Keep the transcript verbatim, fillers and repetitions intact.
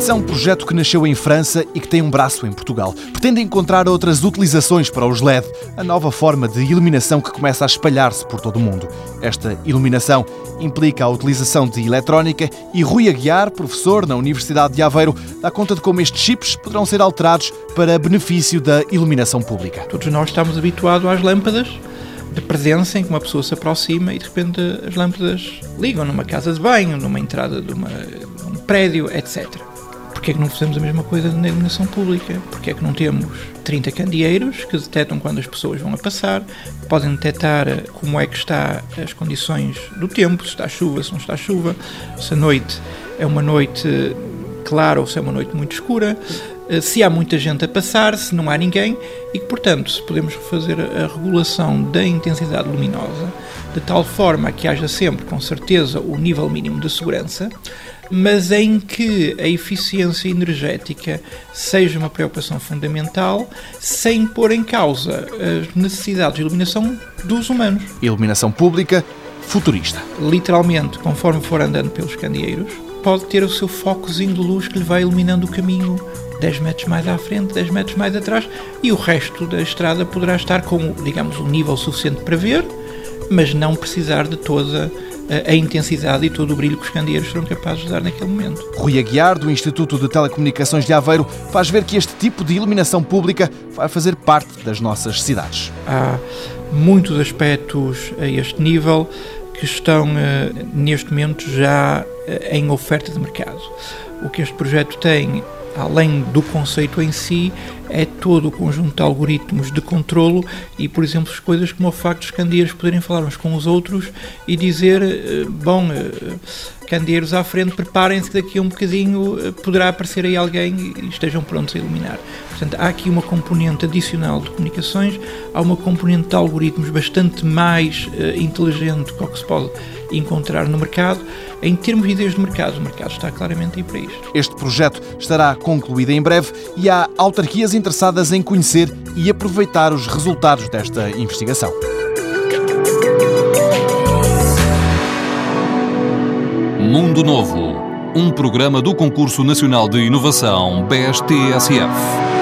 Esse é um projeto que nasceu em França e que tem um braço em Portugal. Pretende encontrar outras utilizações para os L E D, a nova forma de iluminação que começa a espalhar-se por todo o mundo. Esta iluminação implica a utilização de eletrónica e Rui Aguiar, professor na Universidade de Aveiro, dá conta de como estes chips poderão ser alterados para benefício da iluminação pública. Todos nós estamos habituados às lâmpadas de presença em que uma pessoa se aproxima e de repente as lâmpadas ligam numa casa de banho, numa entrada de, uma, de um prédio, etcétera. Porquê é que não fazemos a mesma coisa na iluminação pública? Porquê é que não temos trinta candeeiros que detectam quando as pessoas vão a passar, podem detectar como é que está as condições do tempo, se está chuva, se não está chuva, se a noite é uma noite clara ou se é uma noite muito escura, se há muita gente a passar, se não há ninguém e que, portanto, se podemos fazer a regulação da intensidade luminosa de tal forma que haja sempre, com certeza, o nível mínimo de segurança, mas em que a eficiência energética seja uma preocupação fundamental, sem pôr em causa as necessidades de iluminação dos humanos. Iluminação pública futurista. Literalmente, conforme for andando pelos candeeiros, pode ter o seu focozinho de luz que lhe vai iluminando o caminho dez metros mais à frente, dez metros mais atrás, e o resto da estrada poderá estar com, digamos, um nível suficiente para ver, mas não precisar de toda a intensidade e todo o brilho que os candeeiros serão capazes de dar naquele momento. Rui Aguiar, do Instituto de Telecomunicações de Aveiro, faz ver que este tipo de iluminação pública vai fazer parte das nossas cidades. Há muitos aspectos a este nível que estão, neste momento, já em oferta de mercado. O que este projeto tem, além do conceito em si, é todo o conjunto de algoritmos de controlo e, por exemplo, coisas como o facto dos candeeiros poderem falar uns com os outros e dizer, bom, candeeiros à frente, preparem-se que daqui a um bocadinho poderá aparecer aí alguém e estejam prontos a iluminar. Portanto, há aqui uma componente adicional de comunicações, há uma componente de algoritmos bastante mais uh, inteligente que o que se pode encontrar no mercado. Em termos de ideias de mercado, o mercado está claramente aí para isto. Este projeto estará concluído em breve e há autarquias interessadas em conhecer e aproveitar os resultados desta investigação. Mundo Novo, um programa do Concurso Nacional de Inovação B S T S F.